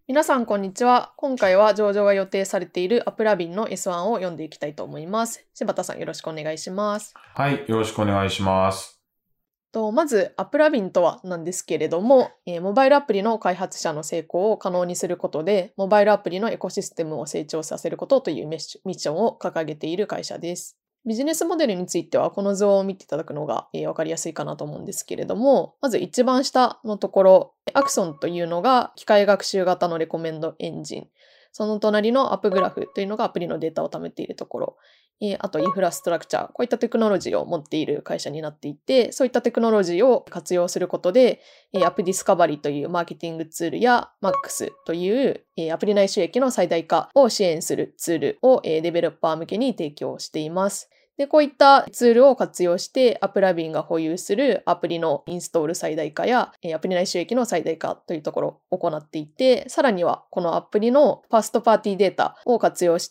皆さん、こんにちは。今回は上場が予定されているアップラビンの S1 を読んでいきたいと思います。柴田さん、よろしくお願いします。 はい、よろしくお願いします。 まず、アップラビンとはなんですけれども、モバイルアプリの開発者の成功を可能にすることで、モバイルアプリのエコシステムを成長させることというミッションを掲げている会社です。ビジネスモデルについては、この図を見ていただくのがわかりやすいかなと思うんですけれども、まず一番下のところ、アクソンというのが機械学習型のレコメンドエンジン。その隣のアップグラフというのがアプリのデータを貯めているところ。あとインフラストラクチャー。こういったテクノロジーを持っている会社になっていて、そういったテクノロジーを活用することで、アップディスカバリーというマーケティングツールや MAX というアプリ内収益の最大化を支援するツールをデベロッパー向けに提供しています。で、こういったツールを活用して、アップラビンが保有するアプリのインストール最大化や、アプリ内収益の最大化というところを行っていて、さらにはこのアプリのファーストパーティーデータを活用して、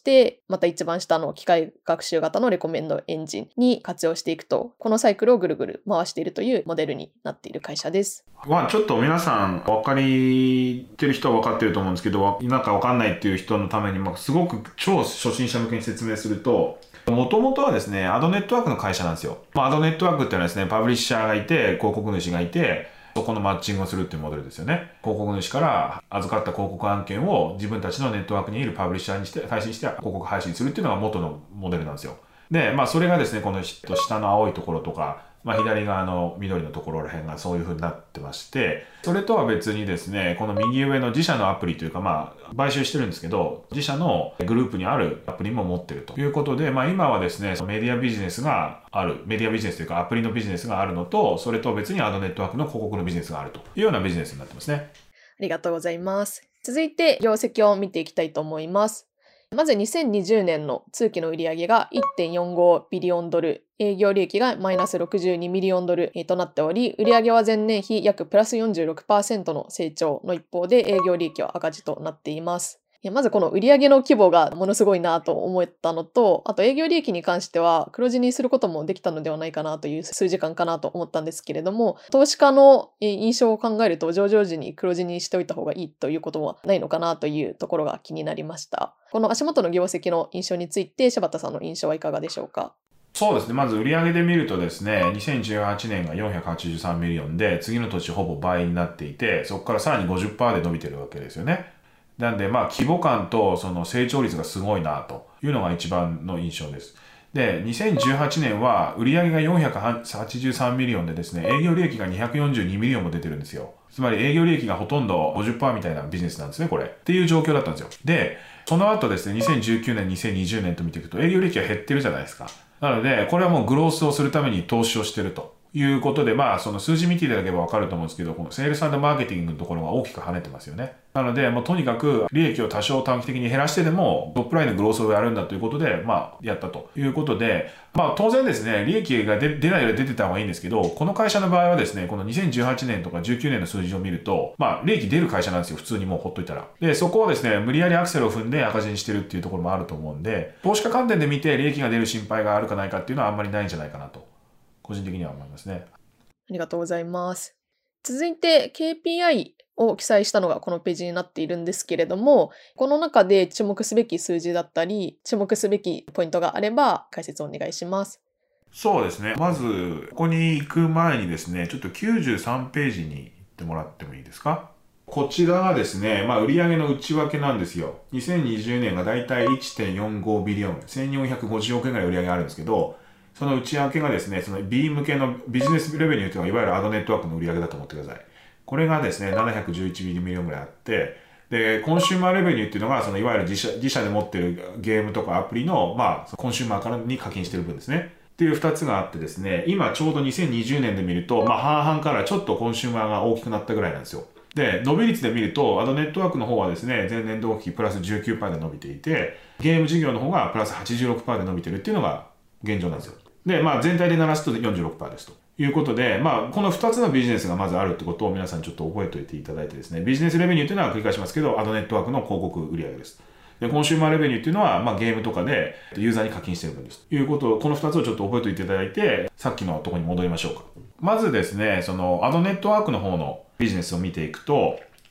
また一番下の機械学習型のレコメンドエンジンに活用していくと、このサイクルをぐるぐる回しているというモデルになっている会社です。 ちょっと皆さん分かってる人は分かってると思うんですけど、なんか分かんないっていう人のために、すごく超初心者向けに説明すると、もともとはですね、アドネットワークの会社なんですよ。アドネットワークっていうのはですね、パブリッシャーがいて、広告主がいて、そこのマッチングをするっていうモデルですよね。広告主から預かった広告案件を自分たちのネットワークにいるパブリッシャーにして配信して広告配信するっていうのが元のモデルなんですよ。で、それがですね、この下の青いところとか、左側の緑のところら辺がそういう風になってまして、それとは別にですね、この右上の自社のアプリというか、買収してるんですけど、自社のグループにあるアプリも持ってるということで、今はですね、メディアビジネスがある、メディアビジネスというかアプリのビジネスがあるのと、それと別にアドネットワークの広告のビジネスがあるというようなビジネスになってますね。 ありがとうございます。続いて、業績を見ていきたいと思います。まず2020年の通期の売上が 1.45 ビリオンドル、営業利益がマイナス62ミリオンドルとなっており、売上は前年比約プラス 46% の成長の一方で営業利益は赤字となっています。まずこの売上の規模がものすごいなと思ったのと、あと営業利益に関しては黒字にすることもできたのではないかなという数時間かなと思ったんですけれども、投資家の印象を考えると上場時に黒字にしておいた方がいいということはないのかなというところが気になりました。この足元の業績の印象について柴田さんの印象はいかがでしょうか？ そうですね。まず売上で見るとですね、2018年が483ミリオンで、次の年ほぼ倍になっていて、そこからさらに 50% で伸びてるわけですよね。なんで、規模感とその成長率がすごいなというのが一番の印象です。で、2018年は売上が483ミリオンでですね、営業利益が242ミリオンも出てるんですよ。つまり営業利益がほとんど 50% みたいなビジネスなんですね、これ。っていう状況だったんですよ。で、その後ですね、2019年、2020年と見ていくと営業利益が減ってるじゃないですか。なので、これはもうグロースをするために投資をしてるということで、その数字見ていただければわかると思うんですけど、このセールス&マーケティングのところが大きく跳ねてますよね。なので、もうとにかく利益を多少短期的に減らしてでも、トップラインのグロースをやるんだということで、やったということで、当然ですね、利益が出ないより出てた方がいいんですけど、この会社の場合はですね、この2018年とか19年の数字を見ると、利益出る会社なんですよ、普通にもうほっといたら。で、そこをですね、無理やりアクセルを踏んで赤字にしてるっていうところもあると思うんで、投資家観点で見て利益が出る心配があるかないかっていうのはあんまりないんじゃないかなと、個人的には思いますね。 ありがとうございます。続いて KPI を記載したのがこのページになっているんですけれども、この中で注目すべき数字だったり、注目すべきポイントがあれば解説をお願いします。 そうですね。まず、ここに行く前にですね、ちょっと93ページに行ってもらってもいいですか？こちらがですね、売上の内訳なんですよ。2020年がだいたい 1.45 ビリオン、1450億円ぐらい売上があるんですけど、その内訳がですね、その B 向けのビジネスレベニューというのがいわゆるアドネットワークの売上だと思ってください。これがですね、711ミリオンぐらいあって、で、コンシューマーレベニューっていうのが、そのいわゆる自社で持ってるゲームとかアプリの、コンシューマーからに課金してる分ですね。っていう2つがあってですね、今ちょうど2020年で見ると、半々からちょっとコンシューマーが大きくなったぐらいなんですよ。で、伸び率で見ると、アドネットワークの方はですね、前年同期プラス 19% で伸びていて、ゲーム事業の方がプラス 86% で伸びてるっていうのが現状なんですよ。で、全体で鳴らすと 46% ですということで、この2つのビジネスがまずあるってことを皆さんちょっと覚えておいていただいてですね、ビジネスレベニューというのは繰り返しますけど、アドネットワークの広告売上です。で、コンシューマーレベニューっていうのは、ゲームとかでユーザーに課金してる分です。ということを、この2つをちょっと覚えておいていただいて、さっきのところに戻りましょうか。まずですね、そのアドネットワークの方のビジネスを見ていくと、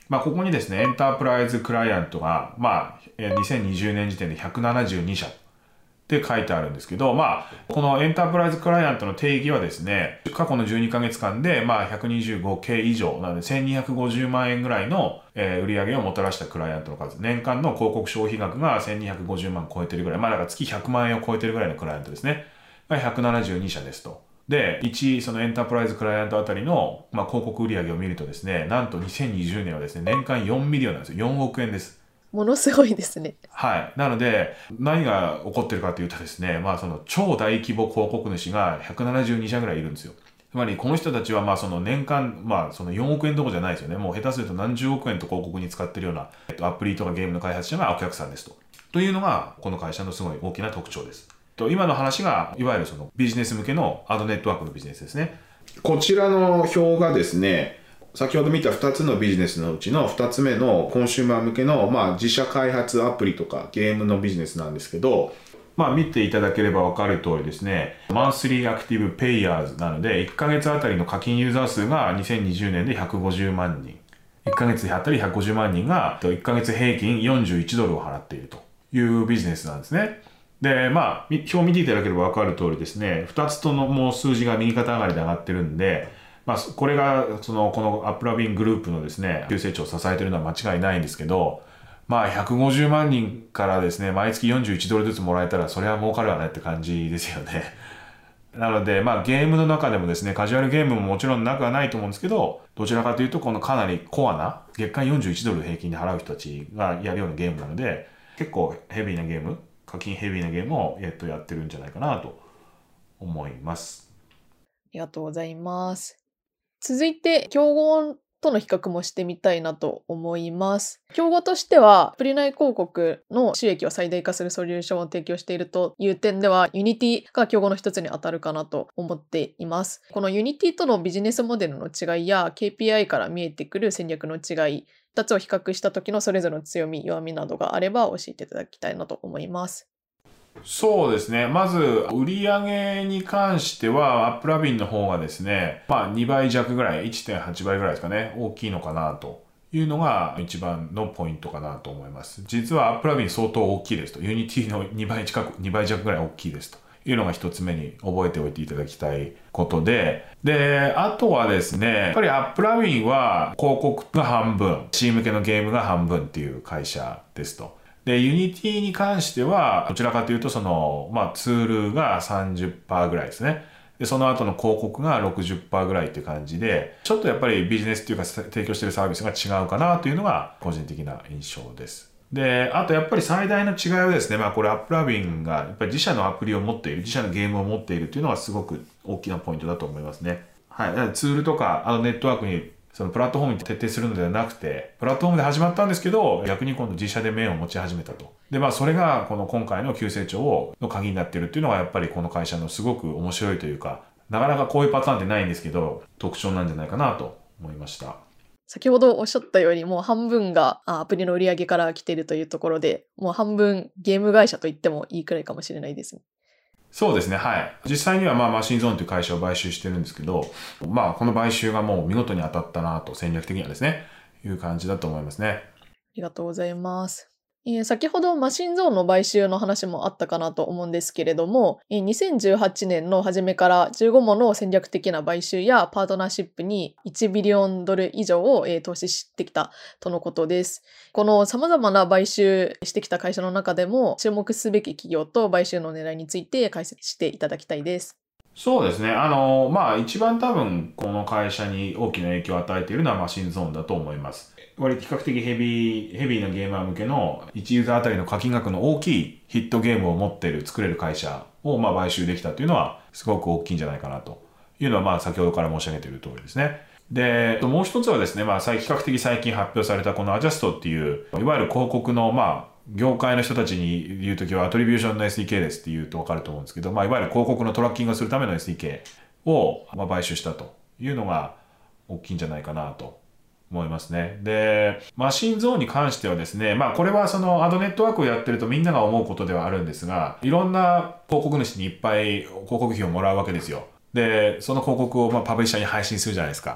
ここにですね、エンタープライズクライアントが、2020年時点で172社って書いてあるんですけど、このエンタープライズクライアントの定義はですね、過去の12ヶ月間で、125件以上なので、1250万円ぐらいの、売り上げをもたらしたクライアントの数。年間の広告消費額が1250万超えてるぐらい。だから月100万円を超えてるぐらいのクライアントですね。が172社ですと。で、そのエンタープライズクライアントあたりの、広告売上を見るとですね、なんと2020年はですね、年間4ミリオンなんですよ。4億円です。 ものすごいですね。 はい。なので、何が起こってるかというとですね、その超大規模広告主が172社ぐらいいるんですよ。つまり、この人たちは、その年間、その4億円どころじゃないですよね。もう下手すると何十億円と広告に使ってるような、アプリとかゲームの開発者がお客さんですと。というのが、この会社のすごい大きな特徴です。今の話が、いわゆるそのビジネス向けのアドネットワークのビジネスですね。こちらの表がですね、先ほど見た2つのビジネスのうちの2つ目のコンシューマー向けの、自社開発アプリとかゲームのビジネスなんですけど、見ていただければ分かる通りですね、マンスリーアクティブペイヤーズなので、1ヶ月あたりの課金ユーザー数が2020年で150万人。1ヶ月あたり150万人が、1ヶ月平均41ドルを払っているというビジネスなんですね。で、表を見ていただければ分かる通りですね、2つとのもう数字が右肩上がりで上がってるんで、これが、このアップラビングループのですね、急成長を支えているのは間違いないんですけど、150万人からですね、毎月41ドルずつもらえたら、それは儲かるわねって感じですよね。なので、ゲームの中でもですね、カジュアルゲームももちろんなくはないと思うんですけど、どちらかというと、このかなりコアな、月間41ドル平均で払う人たちがやるようなゲームなので、結構ヘビーなゲーム、課金ヘビーなゲームをやってるんじゃないかなと思います。 ありがとうございます。続いて、競合との比較もしてみたいなと思います。競合としては、アプリ内広告の収益を最大化するソリューションを提供しているという点では、Unity が競合の一つに当たるかなと思っています。この Unity とのビジネスモデルの違いや KPI から見えてくる戦略の違い、2つを比較した時のそれぞれの強み、弱みなどがあれば教えていただきたいなと思います。 そうですね。まず、売上に関しては、アップラビンの方がですね、2倍弱ぐらい、1.8 倍ぐらいですかね、大きいのかなというのが一番のポイントかなと思います。実はアップラビン相当大きいですと。ユニティの2倍近く、2倍弱ぐらい大きいですというのが一つ目に覚えておいていただきたいことで、あとはですね、やっぱりアップラビンは広告が半分、C 向けのゲームが半分っていう会社ですと。で、Unity に関しては、どちらかというと、ツールが 30% ぐらいですね。で、その後の広告が 60% ぐらいっていう感じで、ちょっとやっぱりビジネスっていうか提供しているサービスが違うかなというのが個人的な印象です。で、あとやっぱり最大の違いはですね、これアップラビンがやっぱり自社のアプリを持っている、自社のゲームを持っているっていうのがすごく大きなポイントだと思いますね。はい。ツールとか、ネットワークにそのプラットフォームに徹底するのではなくて、プラットフォームで始まったんですけど、逆に今度自社で面を持ち始めたと。で、それがこの今回の急成長の鍵になっているっていうのがやっぱりこの会社のすごく面白いというか、なかなかこういうパターンってないんですけど、特徴なんじゃないかなと思いました。 先ほどおっしゃったように、もう半分がアプリの売り上げから来ているというところで、もう半分ゲーム会社と言ってもいいくらいかもしれないですね。 そうですね、はい。実際にはマシンゾーンという会社を買収してるんですけど、この買収がもう見事に当たったなと、戦略的にはですね、いう感じだと思いますね。 ありがとうございます。先ほどマシンゾーンの買収の話もあったかなと思うんですけれども、2018年の初めから15もの戦略的な買収やパートナーシップに1ビリオンドル以上を投資してきたとのことです。この様々な買収してきた会社の中でも注目すべき企業と買収の狙いについて解説していただきたいです。 そうですね。一番多分この会社に大きな影響を与えているのはマシンゾーンだと思います。割と比較的ヘビーなゲーマー向けの1ユーザーあたりの課金額の大きいヒットゲームを持っている、作れる会社を買収できたというのはすごく大きいんじゃないかなというのは先ほどから申し上げている通りですね。で、もう一つはですね、比較的最近発表されたこのアジャストっていう、いわゆる広告の業界の人たちに言うときはアトリビューションの SDK ですって言うと分かると思うんですけど、いわゆる広告のトラッキングをするための SDK を買収したというのが大きいんじゃないかなと思いますね。で、マシンゾーンに関してはですね、これはそのアドネットワークをやってるとみんなが思うことではあるんですが、いろんな広告主にいっぱい広告費をもらうわけですよ。で、その広告をパブリッシャーに配信するじゃないですか。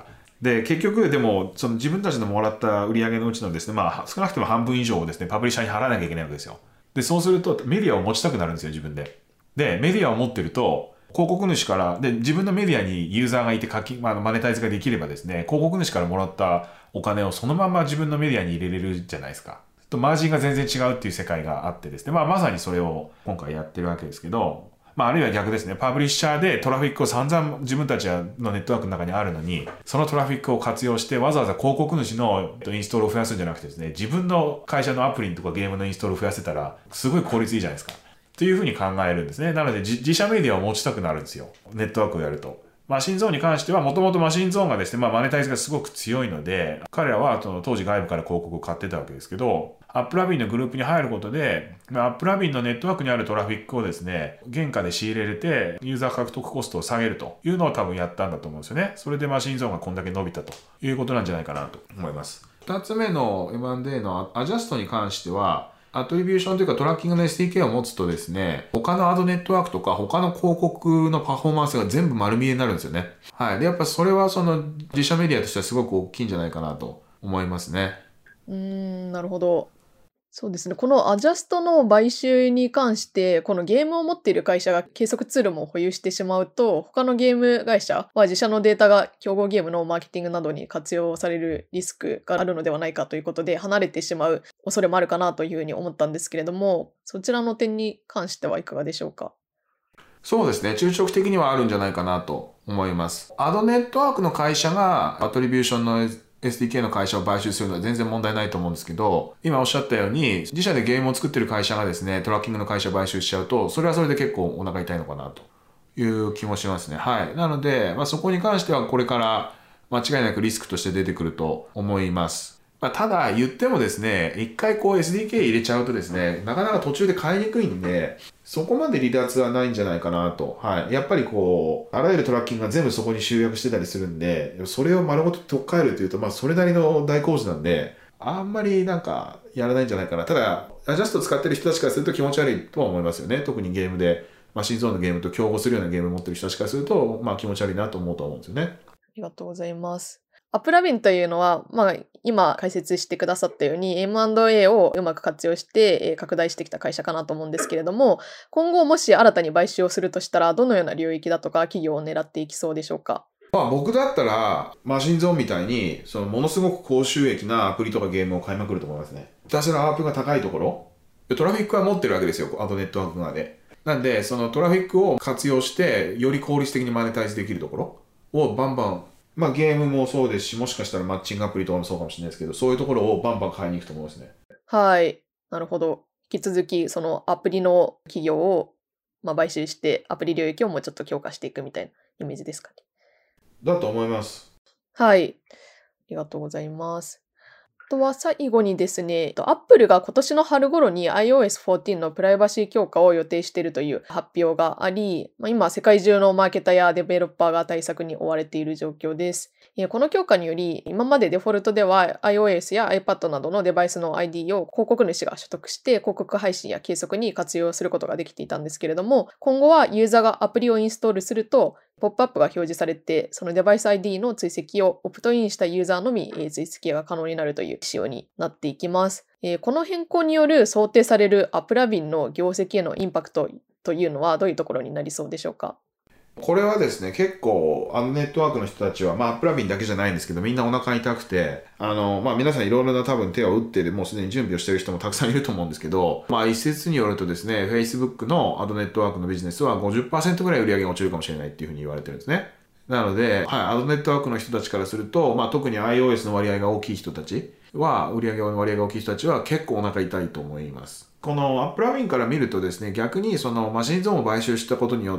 で、結局、でも、その自分たちのもらった売り上げのうちのですね、少なくとも半分以上をですね、パブリッシャーに払わなきゃいけないわけですよ。で、そうすると、メディアを持ちたくなるんですよ、自分で。で、メディアを持ってると、広告主から、で、自分のメディアにユーザーがいてマネタイズができればですね、広告主からもらったお金をそのまま自分のメディアに入れれるじゃないですか。と、マージンが全然違うっていう世界があってですね、まさにそれを今回やってるわけですけど、あるいは逆ですね。パブリッシャーでトラフィックを散々自分たちのネットワークの中にあるのに、そのトラフィックを活用してわざわざ広告主のインストールを増やすんじゃなくてですね、自分の会社のアプリとかゲームのインストールを増やせたら、すごい効率いいじゃないですか。っていうふうに考えるんですね。なので自社メディアを持ちたくなるんですよ。ネットワークをやると。マシンゾーンに関しては、もともとマシンゾーンがですね、マネタイズがすごく強いので、彼らは当時外部から広告を買ってたわけですけど、アップラビンのグループに入ることで、アップラビンのネットワークにあるトラフィックをですね、原価で仕入れれて、ユーザー獲得コストを下げるというのを多分やったんだと思うんですよね。それでマシンゾーンがこんだけ伸びたということなんじゃないかなと思います。二つ目の M&A のアジャストに関しては、アトリビューションというかトラッキングの SDK を持つとですね、他のアドネットワークとか他の広告のパフォーマンスが全部丸見えになるんですよね。はい。で、やっぱそれはその自社メディアとしてはすごく大きいんじゃないかなと思いますね。 なるほど。そうですね。このアジャストの買収に関して、このゲームを持っている会社が計測ツールも保有してしまうと、他のゲーム会社は自社のデータが競合ゲームのマーケティングなどに活用されるリスクがあるのではないかということで、離れてしまう恐れもあるかなというふうに思ったんですけれども、そちらの点に関してはいかがでしょうか。 そうですね。中長期的にはあるんじゃないかなと思います。アドネットワークの会社がアトリビューションの SDK の会社を買収するのは全然問題ないと思うんですけど、今おっしゃったように、自社でゲームを作ってる会社がですね、トラッキングの会社を買収しちゃうと、それはそれで結構お腹痛いのかなという気もしますね。はい。なので、そこに関してはこれから間違いなくリスクとして出てくると思います。ただ言ってもですね、一回SDK 入れちゃうとですね、なかなか途中で変えにくいんで、そこまで離脱はないんじゃないかなと。はい。やっぱりあらゆるトラッキングが全部そこに集約してたりするんで、それを丸ごと取っ換えるというと、それなりの大工事なんで、あんまりやらないんじゃないかな。ただ、アジャスト使ってる人たちからすると気持ち悪いとは思いますよね。特にゲームで、マシンゾーンのゲームと競合するようなゲームを持ってる人たちからすると、気持ち悪いなと思うと思うんですよね。 ありがとうございます。アップラビンというのは、今解説してくださったように M&A をうまく活用して拡大してきた会社かなと思うんですけれども、今後もし新たに買収をするとしたら、どのような領域だとか企業を狙っていきそうでしょうか。 僕だったら、マシンゾーンみたいに、ものすごく高収益なアプリとかゲームを買いまくると思いますね。ひたすらアープが高いところ、トラフィックは持ってるわけですよ、アドネットワーク側で。なんで、そのトラフィックを活用して、より効率的にマネタイズできるところをバンバン、ゲームもそうですし、もしかしたらマッチングアプリとかもそうかもしれないですけど、そういうところをバンバン買いに行くと思いますね。 はい。なるほど。引き続き、そのアプリの企業を買収して、アプリ領域をもうちょっと強化していくみたいなイメージですかね。 だと思います。 はい。ありがとうございます。あとは最後にですね、Apple が今年の春頃に iOS14 のプライバシー強化を予定しているという発表があり、今世界中のマーケターやデベロッパーが対策に追われている状況です。この強化により、今までデフォルトでは iOS や iPad などのデバイスの ID を広告主が取得して広告配信や計測に活用することができていたんですけれども、今後はユーザーがアプリをインストールすると、ポップアップが表示されて、そのデバイス ID の追跡をオプトインしたユーザーのみ追跡が可能になるという仕様になっていきます。この変更による想定されるアップラビンの業績へのインパクトというのはどういうところになりそうでしょうか。 これはですね、結構、ネットワークの人たちは、アップラビンだけじゃないんですけど、みんなお腹痛くて、皆さんいろいろな多分手を打ってもうすでに準備をしている人もたくさんいると思うんですけど、一説によるとですね、Facebook のアドネットワークのビジネスは 50% ぐらい売り上げが落ちるかもしれないっていうふうに言われてるんですね。なので、アドネットワークの人たちからすると、特に iOS の割合が大きい人たちは、売り上げの割合が大きい人たちは結構お腹痛いと思います。このアップラビンから見るとですね、逆にそのマシンゾーンを買収したことによって、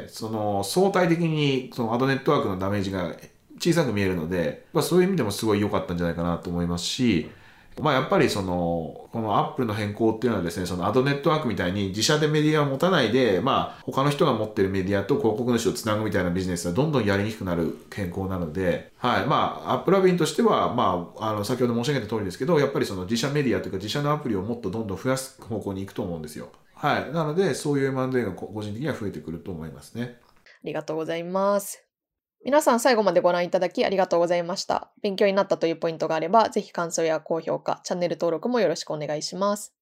その相対的にそのアドネットワークのダメージが小さく見えるので、そういう意味でもすごい良かったんじゃないかなと思いますし、やっぱりこのアップルの変更っていうのはですね、そのアドネットワークみたいに自社でメディアを持たないで、他の人が持ってるメディアと広告主をつなぐみたいなビジネスはどんどんやりにくくなる変更なので、アップラビンとしては、先ほど申し上げた通りですけど、やっぱりその自社メディアというか自社のアプリをもっとどんどん増やす方向に行くと思うんですよ。なので、そういう M&A が個人的には増えてくると思いますね。 ありがとうございます。 皆さん最後までご覧いただきありがとうございました。勉強になったというポイントがあれば、ぜひ感想や高評価、チャンネル登録もよろしくお願いします。